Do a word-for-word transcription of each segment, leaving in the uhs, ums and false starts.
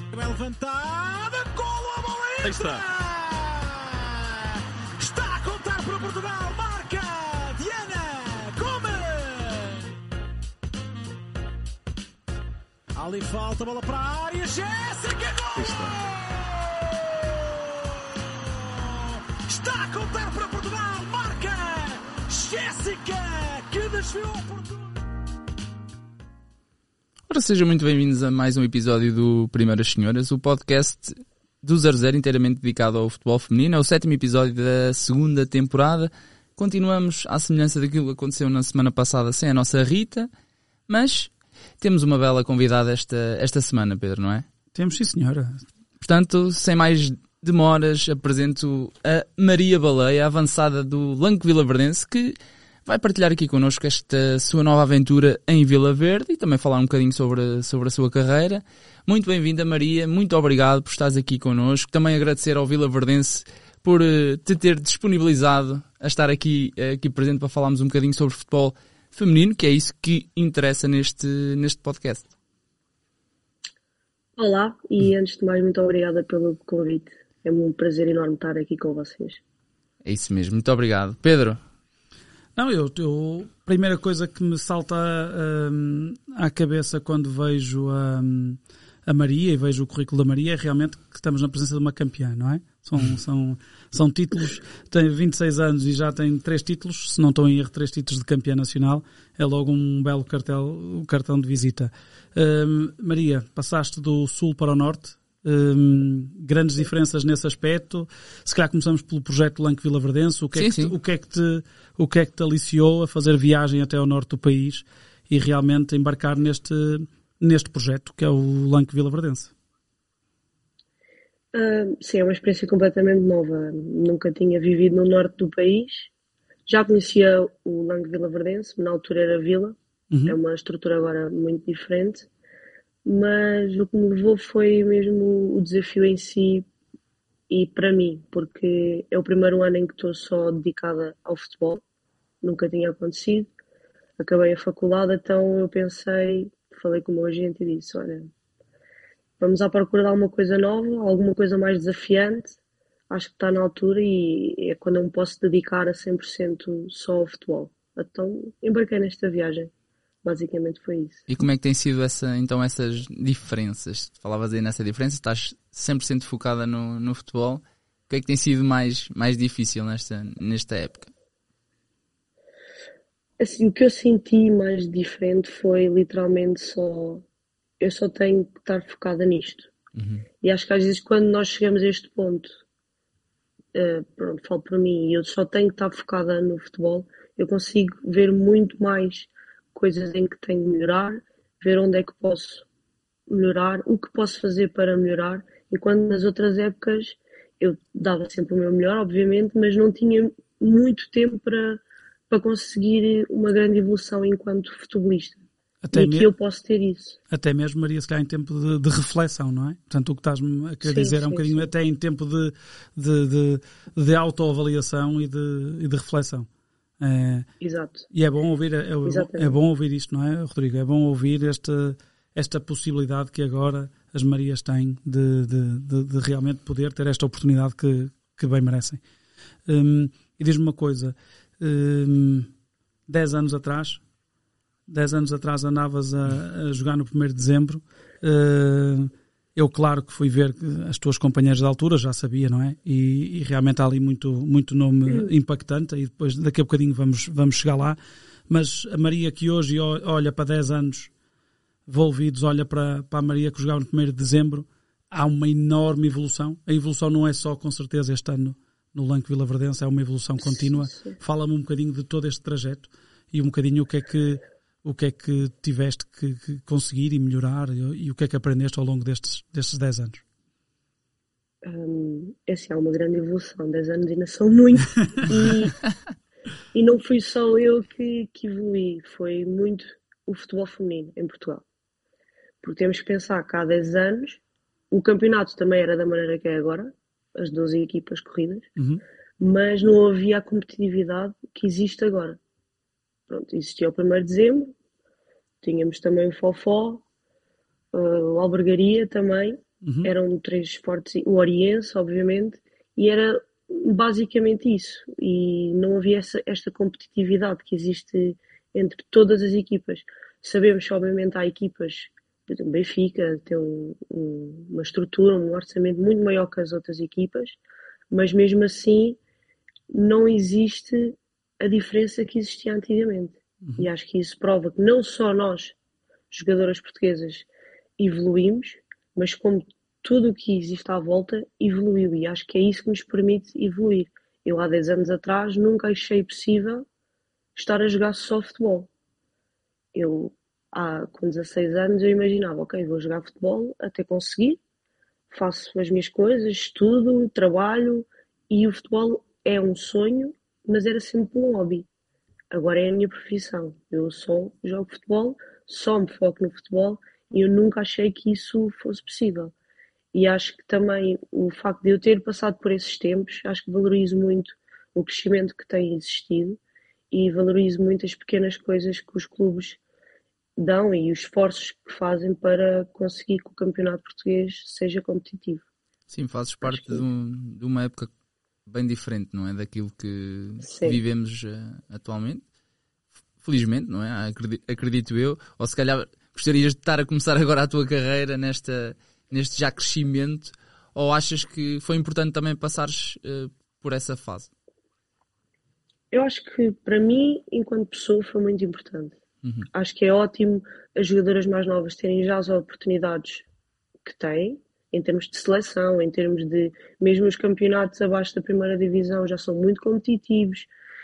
Bem levantada, golo, a bola entra! Aí está. Está a contar para Portugal, marca Diana Gomes! Ali falta, bola para a área, Jéssica, golo! Está a contar para Portugal, marca Jéssica, que desviou a Portugal! Ora, sejam muito bem-vindos a mais um episódio do Primeiras Senhoras, o podcast do zero zero inteiramente dedicado ao futebol feminino. É o sétimo episódio da segunda temporada. Continuamos à semelhança daquilo que aconteceu na semana passada sem a nossa Rita, mas temos uma bela convidada esta, esta semana, Pedro, não é? Temos, sim, senhora. Portanto, sem mais demoras, apresento a Maria Baleia, avançada do Lanco Vilaverdense, que vai partilhar aqui connosco esta sua nova aventura em Vila Verde e também falar um bocadinho sobre, sobre a sua carreira. Muito bem-vinda, Maria. Muito obrigado por estares aqui connosco. Também agradecer ao Vilaverdense por uh, te ter disponibilizado a estar aqui, uh, aqui presente para falarmos um bocadinho sobre futebol feminino, que é isso que interessa neste, neste podcast. Olá, e antes de mais, muito obrigada pelo convite. É um prazer enorme estar aqui com vocês. É isso mesmo. Muito obrigado. Pedro? Não, eu, eu a primeira coisa que me salta um, à cabeça quando vejo a, a Maria e vejo o currículo da Maria é realmente que estamos na presença de uma campeã, não é? São, são, são títulos, tem vinte e seis anos e já tem três títulos, se não estou em erro, três títulos de campeã nacional, é logo um belo cartel, um cartão de visita. Um, Maria, passaste do sul para o norte, Um, grandes diferenças nesse aspecto. Se calhar começamos pelo projeto Lanco Vilaverdense. O que, é sim, que te, sim. o, que é que te, o que é que te aliciou a fazer viagem até ao norte do país e realmente embarcar neste, neste projeto que é o Lanco Vilaverdense? Uh, sim, é uma experiência completamente nova. Nunca tinha vivido no norte do país. Já conhecia o Lanco Vilaverdense, na altura era Vila. Uhum. É uma estrutura agora muito diferente. Mas o que me levou foi mesmo o desafio em si e para mim, porque é o primeiro ano em que estou só dedicada ao futebol, nunca tinha acontecido, acabei a faculdade, então eu pensei, falei com o meu agente e disse, olha, vamos à procura de alguma coisa nova, alguma coisa mais desafiante, acho que está na altura e é quando eu me posso dedicar a cem por cento só ao futebol. Então embarquei nesta viagem. Basicamente foi isso. E como é que tem sido essa, então essas diferenças? Falavas aí nessa diferença, estás cem por cento focada no, no futebol. O que é que tem sido mais, mais difícil nesta, nesta época? Assim, o que eu senti mais diferente foi literalmente só... Eu só tenho que estar focada nisto. Uhum. E acho que às vezes quando nós chegamos a este ponto, uh, pronto, falo para mim, e eu só tenho que estar focada no futebol, eu consigo ver muito mais coisas em que tenho de melhorar, ver onde é que posso melhorar, o que posso fazer para melhorar, enquanto nas outras épocas eu dava sempre o meu melhor, obviamente, mas não tinha muito tempo para, para conseguir uma grande evolução enquanto futebolista. Até e aqui me... eu posso ter isso. Até mesmo, Maria, se calhar em tempo de, de reflexão, não é? Portanto, o que estás-me a querer sim, dizer sim, é um bocadinho sim. Até em tempo de, de, de, de autoavaliação e de, e de reflexão. É, Exato. E é bom ouvir, é, é, é bom ouvir isto, não é, Rodrigo? É bom ouvir esta, esta possibilidade que agora as Marias têm de, de, de, de realmente poder ter esta oportunidade que, que bem merecem. Um, e diz-me uma coisa, um, dez anos atrás, dez anos atrás andavas a, a jogar no primeiro de dezembro, uh, eu claro que fui ver as tuas companheiras de altura, já sabia, não é? E, e realmente há ali muito, muito nome impactante e depois daqui a bocadinho vamos, vamos chegar lá. Mas a Maria que hoje olha para dez anos envolvidos, olha para, para a Maria que jogava no primeiro de dezembro, há uma enorme evolução. A evolução não é só, com certeza, este ano no Lanco Vilaverdense, é uma evolução contínua. Fala-me um bocadinho de todo este trajeto e um bocadinho o que é que o que é que tiveste que, que conseguir e melhorar e, e o que é que aprendeste ao longo destes, destes dez anos? Um, essa é uma grande evolução, dez anos ainda são muito e, e não fui só eu que, que evolui, foi muito o futebol feminino em Portugal, porque temos que pensar que há dez anos o campeonato também era da maneira que é agora, as doze equipas corridas, uhum. mas não havia a competitividade que existe agora. Pronto, existia o primeiro de dezembro, tínhamos também o Fofó, uh, o Albergaria também, Uhum. Eram três esportes, o Oriense, obviamente, e era basicamente isso. E não havia essa, esta competitividade que existe entre todas as equipas. Sabemos que, obviamente, há equipas, por exemplo, Benfica tem um, um, uma estrutura, um orçamento muito maior que as outras equipas, mas mesmo assim não existe a diferença que existia antigamente. Uhum. E acho que isso prova que não só nós, jogadoras portuguesas, evoluímos, mas como tudo o que existe à volta evoluiu. E acho que é isso que nos permite evoluir. Eu, há dez anos atrás, nunca achei possível estar a jogar só futebol. Eu, há, com dezasseis anos, eu imaginava, ok, vou jogar futebol até conseguir, faço as minhas coisas, estudo, trabalho, e o futebol é um sonho, mas era sempre um hobby. Agora é a minha profissão. Eu só jogo futebol, só me foco no futebol, e eu nunca achei que isso fosse possível. E acho que também o facto de eu ter passado por esses tempos, acho que valorizo muito o crescimento que tem existido e valorizo muito as pequenas coisas que os clubes dão e os esforços que fazem para conseguir que o campeonato português seja competitivo. Sim, fazes parte que... de, um, de uma época bem diferente, não é? Daquilo que Sim. vivemos uh, atualmente. Felizmente, não é? Acredito, acredito eu. Ou se calhar gostarias de estar a começar agora a tua carreira nesta... neste já crescimento, ou achas que foi importante também passares uh, por essa fase? Eu acho que para mim, enquanto pessoa, foi muito importante. Uhum. Acho que é ótimo as jogadoras mais novas terem já as oportunidades que têm, em termos de seleção, em termos de... Mesmo os campeonatos abaixo da primeira divisão já são muito competitivos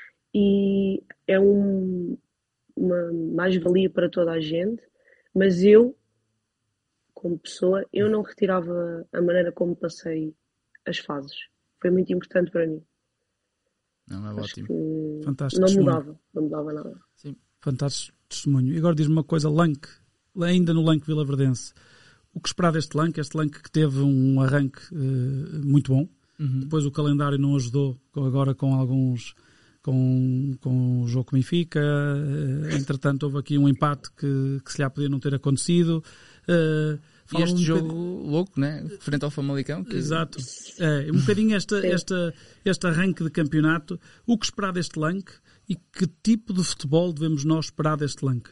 e é um, uma mais-valia para toda a gente, mas eu, como pessoa, eu não retirava a maneira como passei as fases. Foi muito importante para mim. Não, é Acho ótimo. que Fantástico não testemunho. mudava, não mudava nada. Sim. Fantástico testemunho. E agora diz-me uma coisa, Lanque, ainda no Lanque Vilaverdense, o que esperar deste Lanque? Este Lanque que teve um arranque uh, muito bom, uhum. Depois o calendário não ajudou, agora com alguns... Com, com o jogo com o Benfica, entretanto houve aqui um empate que, que se lhe podia não ter acontecido. Uh, e este um jogo bocadinho... louco, né? Frente ao Famalicão. Que... Exato. É, um bocadinho esta, esta, este arranque de campeonato. O que esperar deste Lanque e que tipo de futebol devemos nós esperar deste Lanque?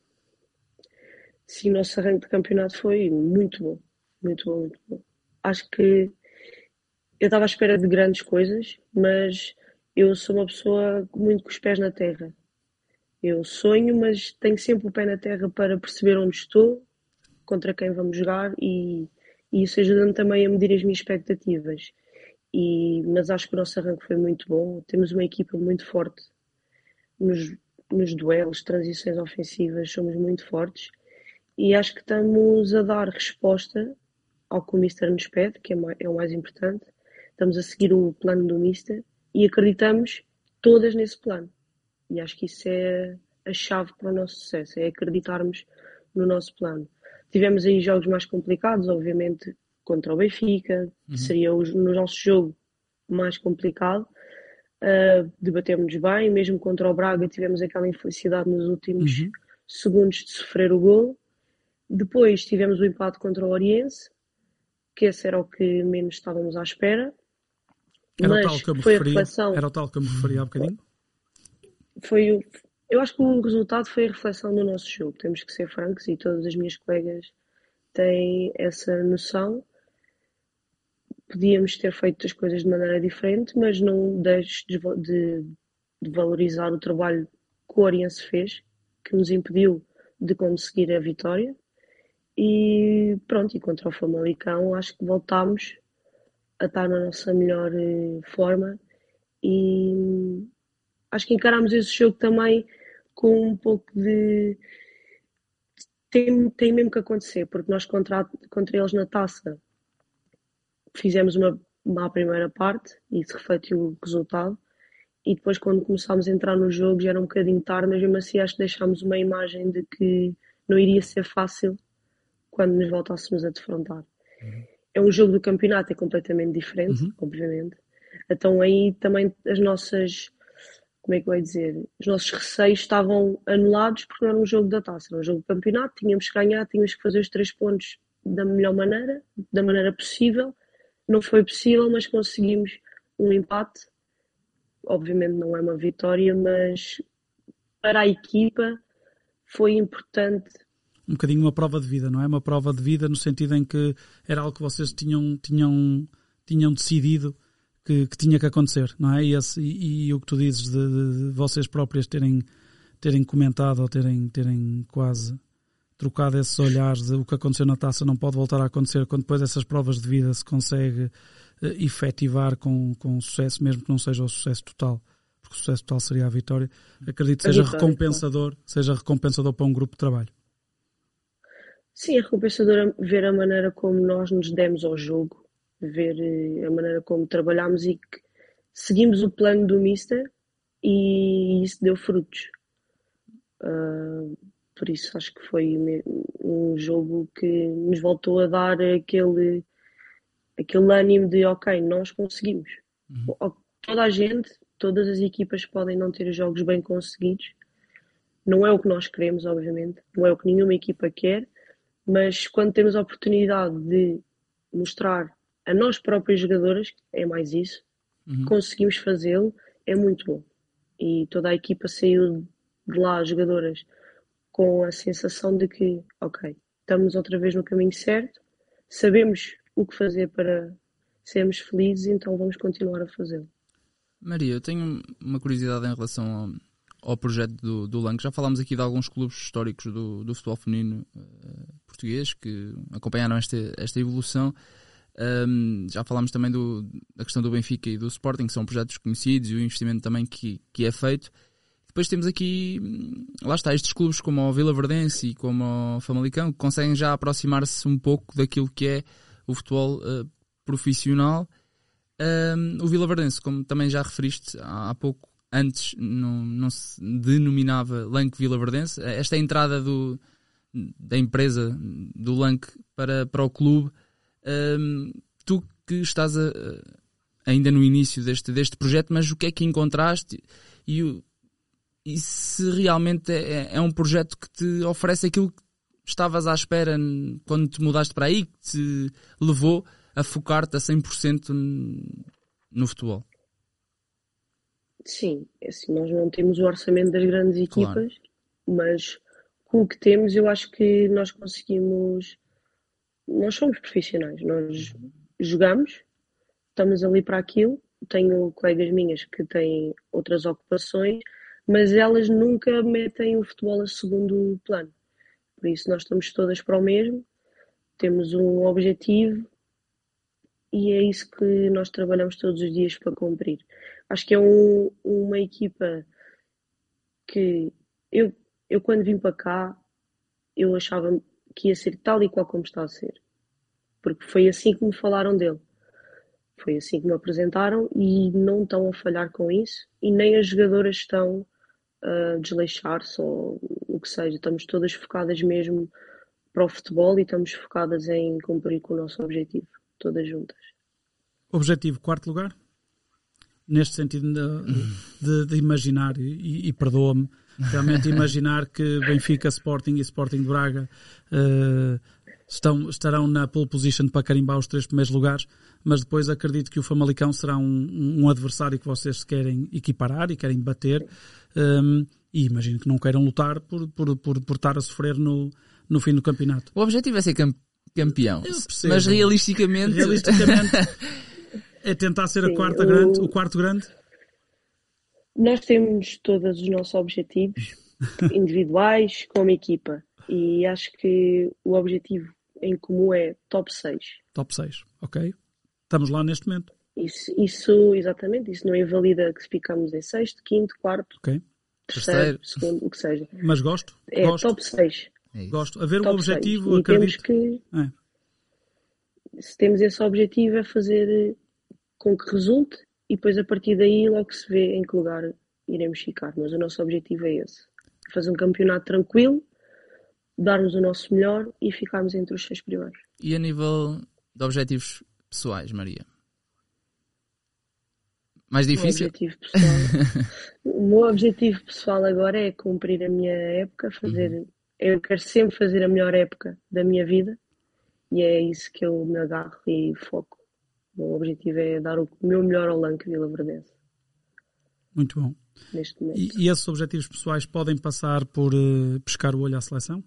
Sim, o nosso arranque de campeonato foi muito bom. Muito bom, muito bom. Acho que eu estava à espera de grandes coisas, mas eu sou uma pessoa muito com os pés na terra. Eu sonho, mas tenho sempre o pé na terra para perceber onde estou, contra quem vamos jogar e, e isso ajuda-me também a medir as minhas expectativas. E, mas acho que o nosso arranque foi muito bom. Temos uma equipa muito forte nos, nos duelos, transições ofensivas, somos muito fortes e acho que estamos a dar resposta ao que o Mister nos pede, que é, é o mais importante. Estamos a seguir o plano do Mister e acreditamos todas nesse plano. E acho que isso é a chave para o nosso sucesso, é acreditarmos no nosso plano. Tivemos aí jogos mais complicados, obviamente, contra o Benfica, uhum. seria o no nosso jogo mais complicado. Uh, debatemos bem, mesmo contra o Braga tivemos aquela infelicidade nos últimos uhum. segundos de sofrer o gol. Depois tivemos o empate contra o Oriense, que esse era o que menos estávamos à espera. Era mas o tal que eu me foi referia, a reflexão. Era o tal que eu me referia há bocadinho? Foi o, eu acho que o resultado foi a reflexão do nosso jogo. Temos que ser francos e todas as minhas colegas têm essa noção. Podíamos ter feito as coisas de maneira diferente, mas não deixo de, de, de valorizar o trabalho que o Oriense fez, que nos impediu de conseguir a vitória. E pronto, e contra o Famalicão acho que voltámos a estar na nossa melhor eh, forma e acho que encarámos esse jogo também com um pouco de... Tem, tem mesmo que acontecer, porque nós contra, contra eles na taça fizemos uma má primeira parte e isso refletiu o resultado e depois quando começámos a entrar no jogo já era um bocadinho tarde, mas mesmo assim acho que deixámos uma imagem de que não iria ser fácil quando nos voltássemos a defrontar. Uhum. É um jogo do campeonato, é completamente diferente, uhum. obviamente. Então aí também as nossas, como é que eu ia dizer, os nossos receios estavam anulados porque não era um jogo da taça, era um jogo do campeonato, tínhamos que ganhar, tínhamos que fazer os três pontos da melhor maneira, da maneira possível. Não foi possível, mas conseguimos um empate. Obviamente não é uma vitória, mas para a equipa foi importante. Um bocadinho uma prova de vida, não é? Uma prova de vida no sentido em que era algo que vocês tinham, tinham, tinham decidido que, que tinha que acontecer, não é? E, esse, e, e o que tu dizes de, de, de vocês próprias terem, terem comentado ou terem, terem quase trocado esses olhares de o que aconteceu na taça não pode voltar a acontecer, quando depois essas provas de vida se consegue uh, efetivar com, com sucesso, mesmo que não seja o sucesso total, porque o sucesso total seria a vitória. Acredito que seja recompensador, seja recompensador para um grupo de trabalho. Sim, é recompensador ver a maneira como nós nos demos ao jogo, ver a maneira como trabalhámos e que seguimos o plano do Mister e isso deu frutos. Uh, por isso acho que foi um jogo que nos voltou a dar aquele, aquele ânimo de ok, nós conseguimos. Uhum. Toda a gente, todas as equipas podem não ter jogos bem conseguidos. Não é o que nós queremos, obviamente. Não é o que nenhuma equipa quer. Mas quando temos a oportunidade de mostrar a nós próprios jogadores, é mais isso, uhum. conseguimos fazê-lo, é muito bom. E toda a equipa saiu de lá, jogadoras, com a sensação de que, ok, estamos outra vez no caminho certo, sabemos o que fazer para sermos felizes, então vamos continuar a fazê-lo. Maria, eu tenho uma curiosidade em relação ao... ao projeto do, do Lanque. Já falámos aqui de alguns clubes históricos do, do futebol feminino uh, português que acompanharam esta, esta evolução. Um, já falámos também do, da questão do Benfica e do Sporting, que são projetos conhecidos e o investimento também que, que é feito. Depois temos aqui, lá está, estes clubes como o Vila Verdense e como o Famalicão, que conseguem já aproximar-se um pouco daquilo que é o futebol uh, profissional. Um, o Vila Verdense, como também já referiste há, há pouco, antes não, não se denominava Lanque Vila Verdense. Esta é a entrada do, da empresa do Lanque para, para o clube. Um, tu que estás a, ainda no início deste, deste projeto, mas o que é que encontraste e, e se realmente é, é um projeto que te oferece aquilo que estavas à espera quando te mudaste para aí, que te levou a focar-te a cem por cento no futebol? Sim, assim, nós não temos o orçamento das grandes equipas, claro. Mas com o que temos eu acho que nós conseguimos, nós somos profissionais, nós uhum. jogamos, estamos ali para aquilo, tenho colegas minhas que têm outras ocupações, mas elas nunca metem o futebol a segundo plano, por isso nós estamos todas para o mesmo, temos um objetivo e é isso que nós trabalhamos todos os dias para cumprir. Acho que é um, uma equipa que eu, eu quando vim para cá, eu achava que ia ser tal e qual como está a ser. Porque foi assim que me falaram dele. Foi assim que me apresentaram e não estão a falhar com isso. E nem as jogadoras estão a desleixar-se ou o que seja. Estamos todas focadas mesmo para o futebol e estamos focadas em cumprir com o nosso objetivo. Todas juntas. Objetivo, quarto lugar? Neste sentido de, de, de imaginar, e, e perdoa-me, realmente imaginar que Benfica, Sporting e Sporting de Braga uh, estão, estarão na pole position para carimbar os três primeiros lugares, mas depois acredito que o Famalicão será um, um adversário que vocês querem equiparar e querem bater, um, e imagino que não queiram lutar por, por, por, por estar a sofrer no, no fim do campeonato. O objetivo é ser campeão, mas realisticamente... realisticamente é tentar ser Sim, a quarta o... grande, o quarto grande? Nós temos todos os nossos objetivos individuais como equipa e acho que o objetivo em comum é top seis. Top seis, ok. Estamos lá neste momento. Isso, isso exatamente, isso não invalida que ficamos em sexto, quinto, quarto, okay. terceiro, terceiro, segundo, o que seja. Mas gosto. É gosto. top seis. É gosto. Haver top um objetivo, seis. acredito. Que, é. Se temos esse objetivo é fazer com que resulte e depois a partir daí logo se vê em que lugar iremos ficar. Mas o nosso objetivo é esse. Fazer um campeonato tranquilo, darmos o nosso melhor e ficarmos entre os seis primeiros. E a nível de objetivos pessoais, Maria? Mais difícil? O objetivo pessoal, o meu objetivo pessoal agora é cumprir a minha época, fazer, uhum. eu quero sempre fazer a melhor época da minha vida e é isso que eu me agarro e foco. O meu objetivo é dar o meu melhor ao Lanque Vilaverdense. Muito bom. Neste momento. E, e esses objetivos pessoais podem passar por uh, pescar o olho à seleção?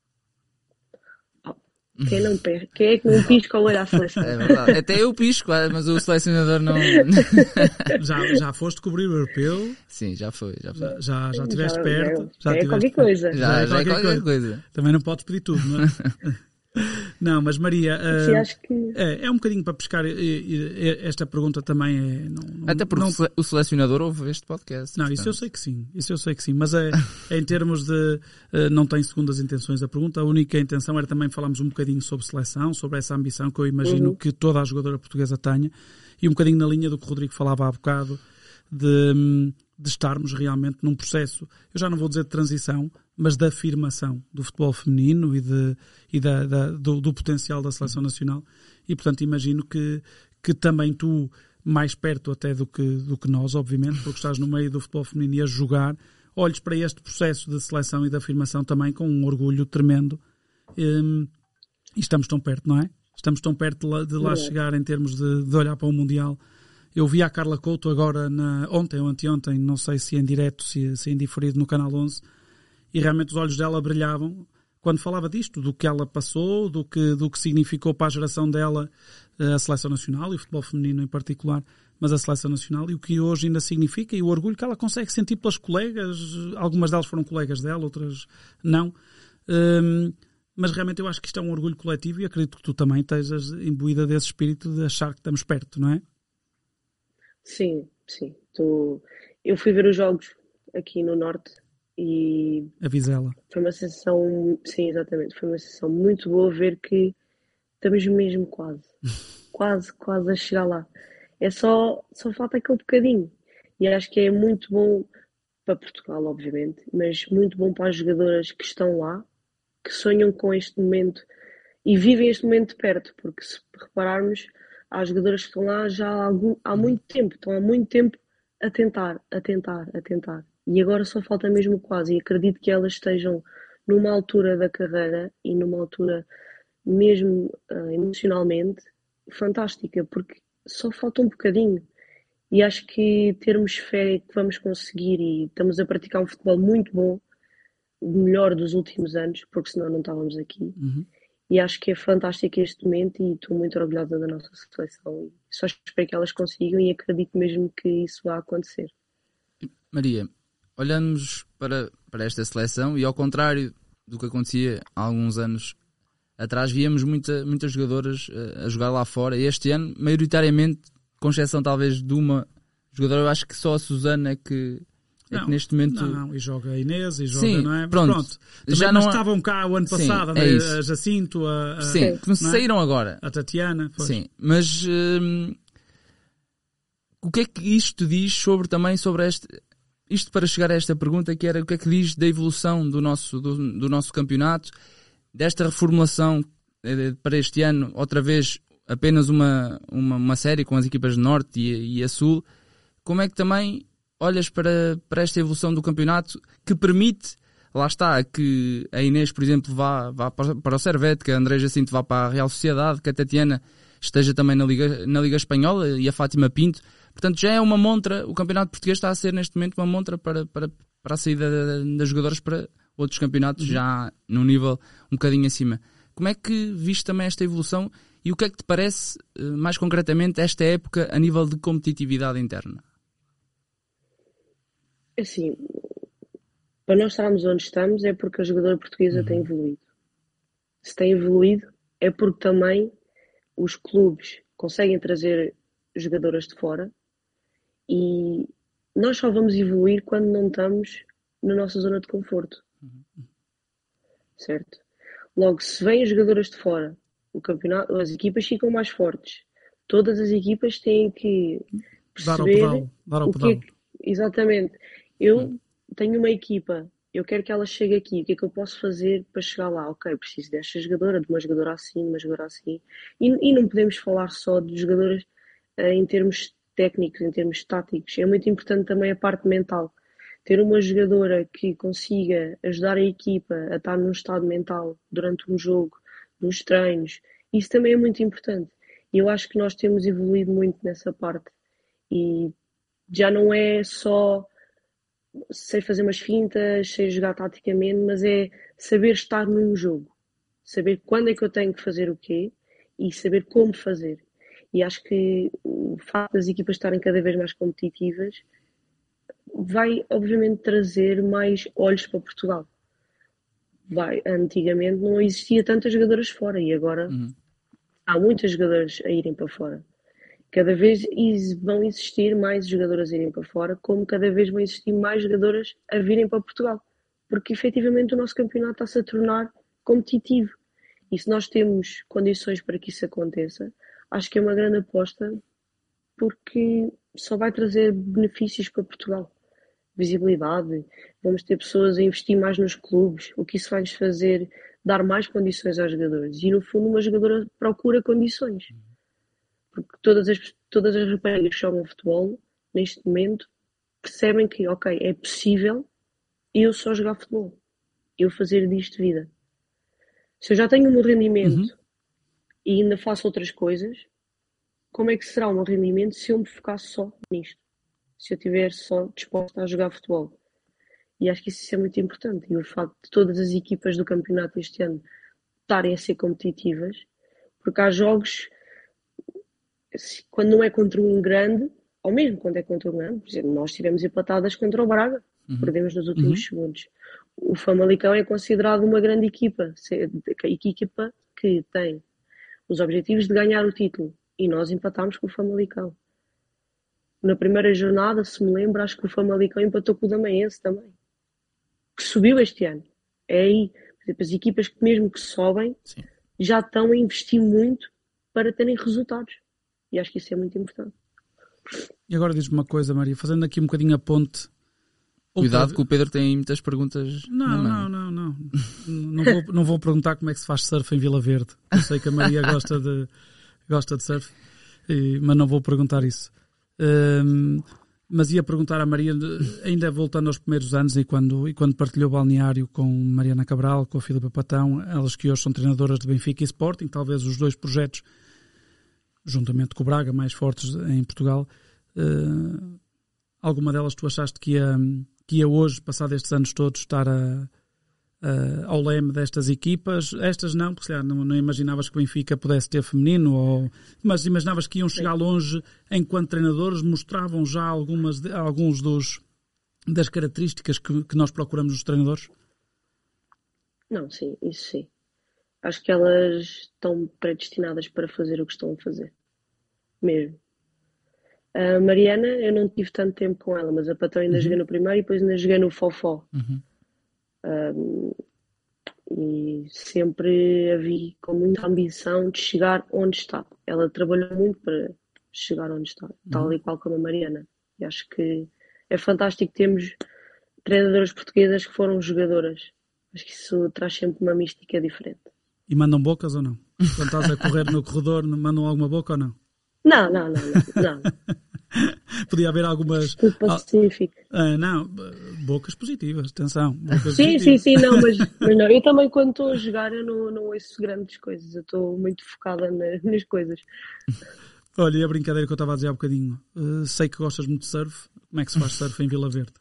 Quem, não pesca, quem é que não pisca o olho à seleção? É verdade. Até eu pisco, mas o selecionador não... já, já foste cobrir o europeu? Sim, já foi. Já foi. Já, já, já estiveste perto? Já, já é qualquer perto. coisa. Já, já, é, já qualquer é qualquer coisa. coisa. Também não podes pedir tudo, não é? Não, mas Maria, Sim, uh, acho que... é, é um bocadinho para pescar. E, e, esta pergunta também é. Não, não, Até porque não, o selecionador ouve este podcast. Não, portanto. Isso eu sei que sim. Isso eu sei que sim. Mas é, é em termos de. Uh, não tem segundas intenções a pergunta. A única intenção era também falarmos um bocadinho sobre seleção, sobre essa ambição que eu imagino uhum. que toda a jogadora portuguesa tenha. E um bocadinho na linha do que o Rodrigo falava há bocado, de, de estarmos realmente num processo, eu já não vou dizer de transição, mas de afirmação do futebol feminino e, de, e da, da, do, do potencial da seleção nacional. E, portanto, imagino que, que também tu, mais perto até do que, do que nós, obviamente, porque estás no meio do futebol feminino e a jogar, olhes para este processo de seleção e de afirmação também com um orgulho tremendo. E, e estamos tão perto, não é? Estamos tão perto de lá, de lá chegar em termos de, de olhar para o Mundial. Eu vi a Carla Couto agora, na, ontem ou anteontem, não sei se em direto, se, se em diferido, no Canal onze, e realmente os olhos dela brilhavam quando falava disto, do que ela passou, do que, do que significou para a geração dela a seleção nacional, e o futebol feminino em particular, mas a seleção nacional, e o que hoje ainda significa, e o orgulho que ela consegue sentir pelas colegas. Algumas delas foram colegas dela, outras não. Um, mas realmente eu acho que isto é um orgulho coletivo, e acredito que tu também estejas imbuída desse espírito de achar que estamos perto, não é? Sim, sim. Tô... Eu fui ver os jogos aqui no Norte e a Vizela. Foi uma sensação, sim, exatamente, foi uma sensação muito boa ver que estamos mesmo quase, quase, quase a chegar lá. É só, só falta aquele bocadinho. E acho que é muito bom para Portugal, obviamente, mas muito bom para as jogadoras que estão lá, que sonham com este momento e vivem este momento de perto, porque se repararmos, há jogadoras que estão lá já há, algum, há muito tempo, estão há muito tempo a tentar, a tentar, a tentar. E agora só falta mesmo quase, e acredito que elas estejam numa altura da carreira e numa altura mesmo uh, emocionalmente fantástica, porque só falta um bocadinho. E acho que termos fé que vamos conseguir, e estamos a praticar um futebol muito bom, o melhor dos últimos anos, porque senão não estávamos aqui. Uhum. E acho que é fantástico este momento e estou muito orgulhosa da nossa seleção. Só espero que elas consigam e acredito mesmo que isso vai acontecer. Maria, olhamos para, para esta seleção e, ao contrário do que acontecia há alguns anos atrás, víamos muita, muitas jogadoras uh, a jogar lá fora. E este ano, maioritariamente, com exceção talvez de uma jogadora, eu acho que só a Susana é que, é não, que neste momento... Não, não, e joga a Inês, e joga, sim, não é? Pronto. pronto. Também já não não estavam cá o ano passado, sim, é a Jacinto, a, a, sim, que saíram é? agora. A Tatiana. Pois. Sim, mas hum, o que é que isto diz sobre também sobre este... Isto para chegar a esta pergunta, que era o que é que diz da evolução do nosso, do, do nosso campeonato, desta reformulação para este ano, outra vez apenas uma, uma, uma série com as equipas de Norte e, e a Sul. Como é que também olhas para, para esta evolução do campeonato que permite, lá está, que a Inês, por exemplo, vá, vá para o Servette, que a André Jacinto vá para a Real Sociedade, que a Tatiana esteja também na Liga, na Liga Espanhola e a Fátima Pinto. Portanto, já é uma montra, o campeonato português está a ser neste momento uma montra para, para, para a saída das jogadoras para outros campeonatos, uhum. já num nível um bocadinho acima. Como é que viste também esta evolução e o que é que te parece, mais concretamente, esta época a nível de competitividade interna? Assim, para nós estarmos onde estamos é porque a jogadora portuguesa uhum. tem evoluído. Se tem evoluído é porque também os clubes conseguem trazer jogadoras de fora. E nós só vamos evoluir quando não estamos na nossa zona de conforto. Uhum. Certo? Logo, se vêm jogadoras de fora, o campeonato, as equipas ficam mais fortes. Todas as equipas têm que perceber... Dar ao pedal. Dar ao o pedal. Que é que, exatamente. Eu uhum. tenho uma equipa, eu quero que ela chegue aqui. O que é que eu posso fazer para chegar lá? Ok, preciso desta jogadora, de uma jogadora assim, de uma jogadora assim. E, e não podemos falar só de jogadoras uh, em termos técnicos, em termos táticos. É muito importante também a parte mental. Ter uma jogadora que consiga ajudar a equipa a estar num estado mental durante um jogo, nos treinos, Isso também é muito importante. E eu acho que nós temos evoluído muito nessa parte. E já não é só sei fazer umas fintas, sei jogar taticamente, mas é saber estar num jogo. Saber quando é que eu tenho que fazer o quê e saber como fazer. E acho que o facto das equipas estarem cada vez mais competitivas vai, obviamente, trazer mais olhos para Portugal. Vai, antigamente não existia tantas jogadoras fora e agora uhum. há muitas jogadoras a irem para fora. Cada vez vão existir mais jogadoras a irem para fora, como cada vez vão existir mais jogadoras a virem para Portugal. Porque efetivamente o nosso campeonato está-se a tornar competitivo. E se nós temos condições para que isso aconteça, acho que é uma grande aposta, porque só vai trazer benefícios para Portugal. Visibilidade, vamos ter pessoas a investir mais nos clubes, o que isso vai nos fazer dar mais condições aos jogadores. E no fundo uma jogadora procura condições. Porque todas as, todas as raparigas que jogam futebol, neste momento, percebem que, ok, é possível eu só jogar futebol. Eu fazer disto vida. Se eu já tenho o meu rendimento uhum. e ainda faço outras coisas, como é que será o meu rendimento se eu me focar só nisto? Se eu estiver só disposta a jogar futebol? E acho que isso é muito importante. E o facto de todas as equipas do campeonato este ano estarem a ser competitivas, porque há jogos, quando não é contra um grande, ou mesmo quando é contra um grande, por exemplo, nós tivemos empatadas contra o Braga, uhum. perdemos nos últimos uhum. segundos. O Famalicão é considerado uma grande equipa, a equipa que tem os objetivos de ganhar o título, e nós empatámos com o Famalicão. Na primeira jornada, se me lembro, acho que o Famalicão empatou com o Damaense também, que subiu este ano. É aí, por exemplo, as equipas que mesmo que sobem, Sim. já estão a investir muito para terem resultados. E acho que isso é muito importante. E agora diz-me uma coisa, Maria, fazendo aqui um bocadinho a ponte. Cuidado outra... que o Pedro tem muitas perguntas. Não, não, não, não. não, vou, não vou perguntar como é que se faz surf em Vila Verde. Eu sei que a Maria gosta de, gosta de surf, e, mas não vou perguntar isso. Um, mas ia perguntar à Maria, ainda voltando aos primeiros anos e quando, e quando partilhou o balneário com Mariana Cabral, com a Filipa Patão, elas que hoje são treinadoras de Benfica e Sporting, talvez os dois projetos, juntamente com o Braga, mais fortes em Portugal. Uh, alguma delas tu achaste que ia, que ia hoje, passado estes anos todos, estar a, a, ao leme destas equipas? Estas não, porque se calhar não, não imaginavas que o Benfica pudesse ter feminino, ou, mas imaginavas que iam chegar longe enquanto treinadores, mostravam já algumas, alguns dos, das características que, que nós procuramos nos treinadores? Não, sim, isso sim. Acho que elas estão predestinadas para fazer o que estão a fazer. Mesmo. A Mariana, eu não tive tanto tempo com ela, mas a Patão ainda uhum. joguei no primeiro e depois ainda joguei no Fofó. Uhum. Um, e sempre a vi com muita ambição de chegar onde está. Ela trabalhou muito para chegar onde está, uhum. tal e qual como a Mariana. E acho que é fantástico termos treinadoras portuguesas que foram jogadoras. Acho que isso traz sempre uma mística diferente. E mandam bocas ou não? Quando estás a correr no corredor, mandam alguma boca ou não? Não, não, não, não. não. Podia haver algumas... Tudo pacífico. Ah, não, bocas positivas, atenção. Bocas sim, positivas. sim, sim, não, mas, mas não. Eu também quando estou a jogar eu não, não ouço grandes coisas, eu estou muito focada nas, nas coisas. Olha, e a brincadeira que eu estava a dizer há bocadinho, uh, sei que gostas muito de surf, como é que se faz surf em Vila Verde?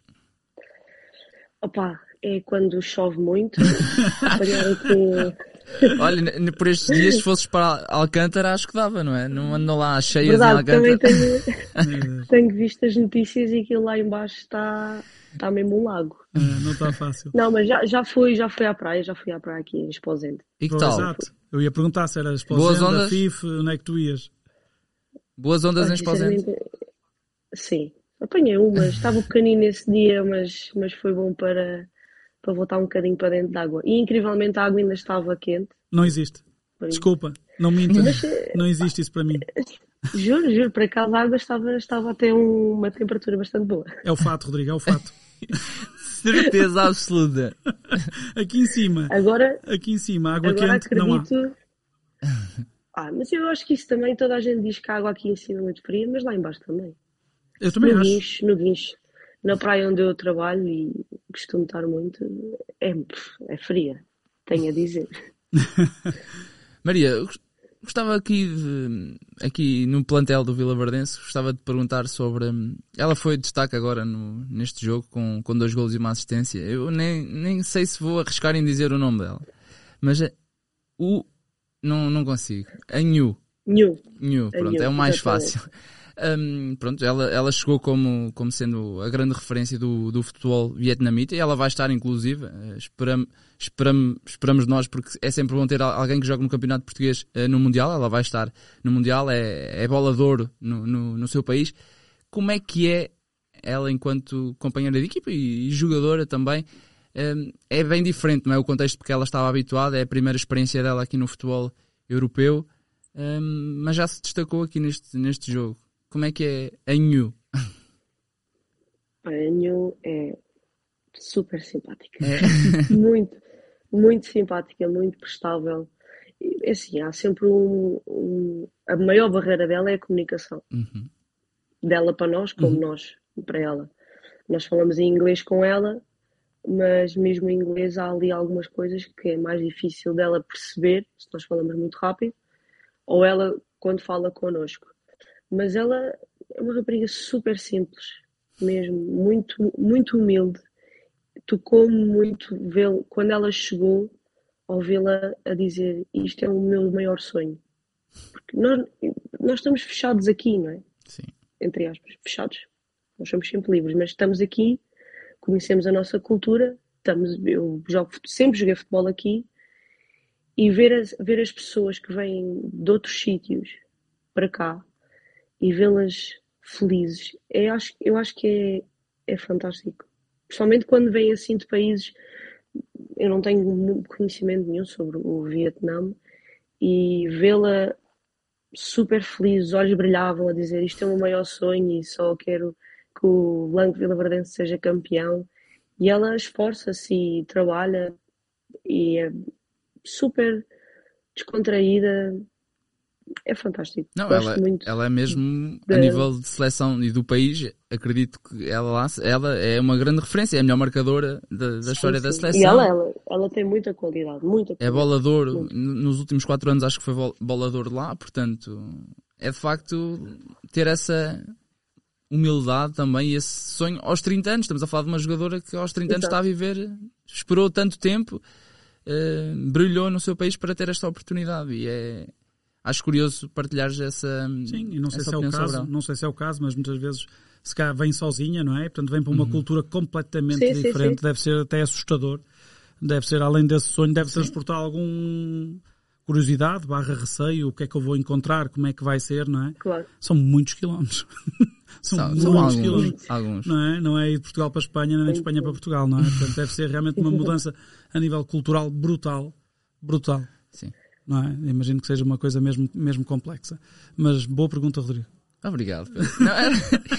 Opa, é quando chove muito, apanhar aqui... Olha, por estes dias, se fosses para Alcântara, acho que dava, não é? Não andam lá cheias Verdade, em Alcântara. Também tenho, tenho visto as notícias e aquilo lá embaixo está, está mesmo um lago. É, não está fácil. Não, mas já, já, fui, já fui à praia, já fui à praia aqui em Esposende. E que tal? Exato. Eu ia perguntar se era Esposende, a F I F, onde é que tu ias? Boas ondas ah, em Esposende? Sim, apanhei umas, estava pequenino nesse dia, mas, mas foi bom para... para voltar um bocadinho para dentro de água. E incrivelmente a água ainda estava quente. Não existe. Foi. Desculpa, não minto. Mas, não existe isso para mim. Juro, juro, para cá a água estava, estava a ter um, uma temperatura bastante boa. É o fato, Rodrigo, é o fato. Certeza absoluta. Aqui em cima. Agora, aqui em cima, água agora quente acredito... não há. Ah, mas eu acho que isso também, toda a gente diz que a água aqui em cima é muito fria, mas lá embaixo também. Eu também no acho. Guincho, no Guincho. Na praia onde eu trabalho e costumo estar muito, é, é fria, tenho a dizer. Maria, Gostava aqui, de, aqui no plantel do Vilaverdense, gostava de perguntar sobre... Ela foi destaque agora no, neste jogo com, com dois golos e uma assistência. Eu nem, nem sei se vou arriscar em dizer o nome dela. Mas o... Não, não consigo. A Nhu. Nhu. Nhu, pronto, Nhu, é o mais exatamente. Fácil. Um, pronto, ela, ela chegou como, como sendo a grande referência do, do futebol vietnamita e ela vai estar inclusive, esperamos, esperamos, esperamos nós, porque é sempre bom ter alguém que joga no campeonato português uh, no Mundial. Ela vai estar no Mundial, é, é bola de ouro no, no, no seu país. Como é que é ela enquanto companheira de equipa e, e jogadora também? Um, é bem diferente, não é o contexto porque ela estava habituada, é a primeira experiência dela aqui no futebol europeu, um, mas já se destacou aqui neste, neste jogo. Como é que é a Nhu? A Nhu é super simpática. É. muito, muito simpática, muito prestável. É assim, há sempre um, um... A maior barreira dela é a comunicação. Uhum. Dela para nós, como uhum. nós para ela. Nós falamos em inglês com ela, mas mesmo em inglês há ali algumas coisas que é mais difícil dela perceber, se nós falamos muito rápido, ou ela quando fala connosco. Mas ela é uma rapariga super simples, mesmo, muito, muito humilde. Tocou-me muito vê-la, quando ela chegou, ouvi-la a dizer isto é o meu maior sonho. Porque nós, nós estamos fechados aqui, não é? Sim. Entre aspas, fechados. Nós somos sempre livres, mas estamos aqui, conhecemos a nossa cultura, estamos, eu jogo, sempre joguei futebol aqui, e ver as, ver as pessoas que vêm de outros sítios para cá, e vê-las felizes, eu acho, eu acho que é, é fantástico. Principalmente quando vêm assim de países, eu não tenho conhecimento nenhum sobre o Vietnã, e vê-la super feliz, os olhos brilhavam a dizer isto é o meu maior sonho e só quero que o Blanco Vilaverdense seja campeão. E ela esforça-se e trabalha e é super descontraída. É fantástico. Não, Gosto ela, muito ela é mesmo, de... a nível de seleção e do país, acredito que ela, lá, ela é uma grande referência, é a melhor marcadora da, da sim, história sim. da seleção. E ela, ela, ela tem muita qualidade, muita qualidade. É bola de ouro, nos últimos quatro anos acho que foi bola de ouro lá, portanto, é de facto ter essa humildade também e esse sonho aos trinta anos. Estamos a falar de uma jogadora que aos trinta Exato. Anos está a viver, esperou tanto tempo, uh, brilhou no seu país para ter esta oportunidade e é... Acho curioso partilhares essa Sim, e não sei se é o caso, não sei se é o caso, mas muitas vezes se calhar vem sozinha, não é? Portanto, vem para uma uhum. cultura completamente sim, diferente, sim, sim. Deve ser até assustador, deve ser, além desse sonho, deve sim. transportar algum curiosidade, barra receio, o que é que eu vou encontrar, como é que vai ser, não é? Claro. São muitos quilómetros. São, são muitos são alguns, quilómetros. Alguns. Não é? Não é ir de Portugal para a Espanha, nem de Espanha para Portugal, não é? Portanto, deve ser realmente uma mudança a nível cultural brutal, brutal. Sim. Não é? Imagino que seja uma coisa mesmo, mesmo complexa. Mas boa pergunta, Rodrigo. Obrigado. Não, era...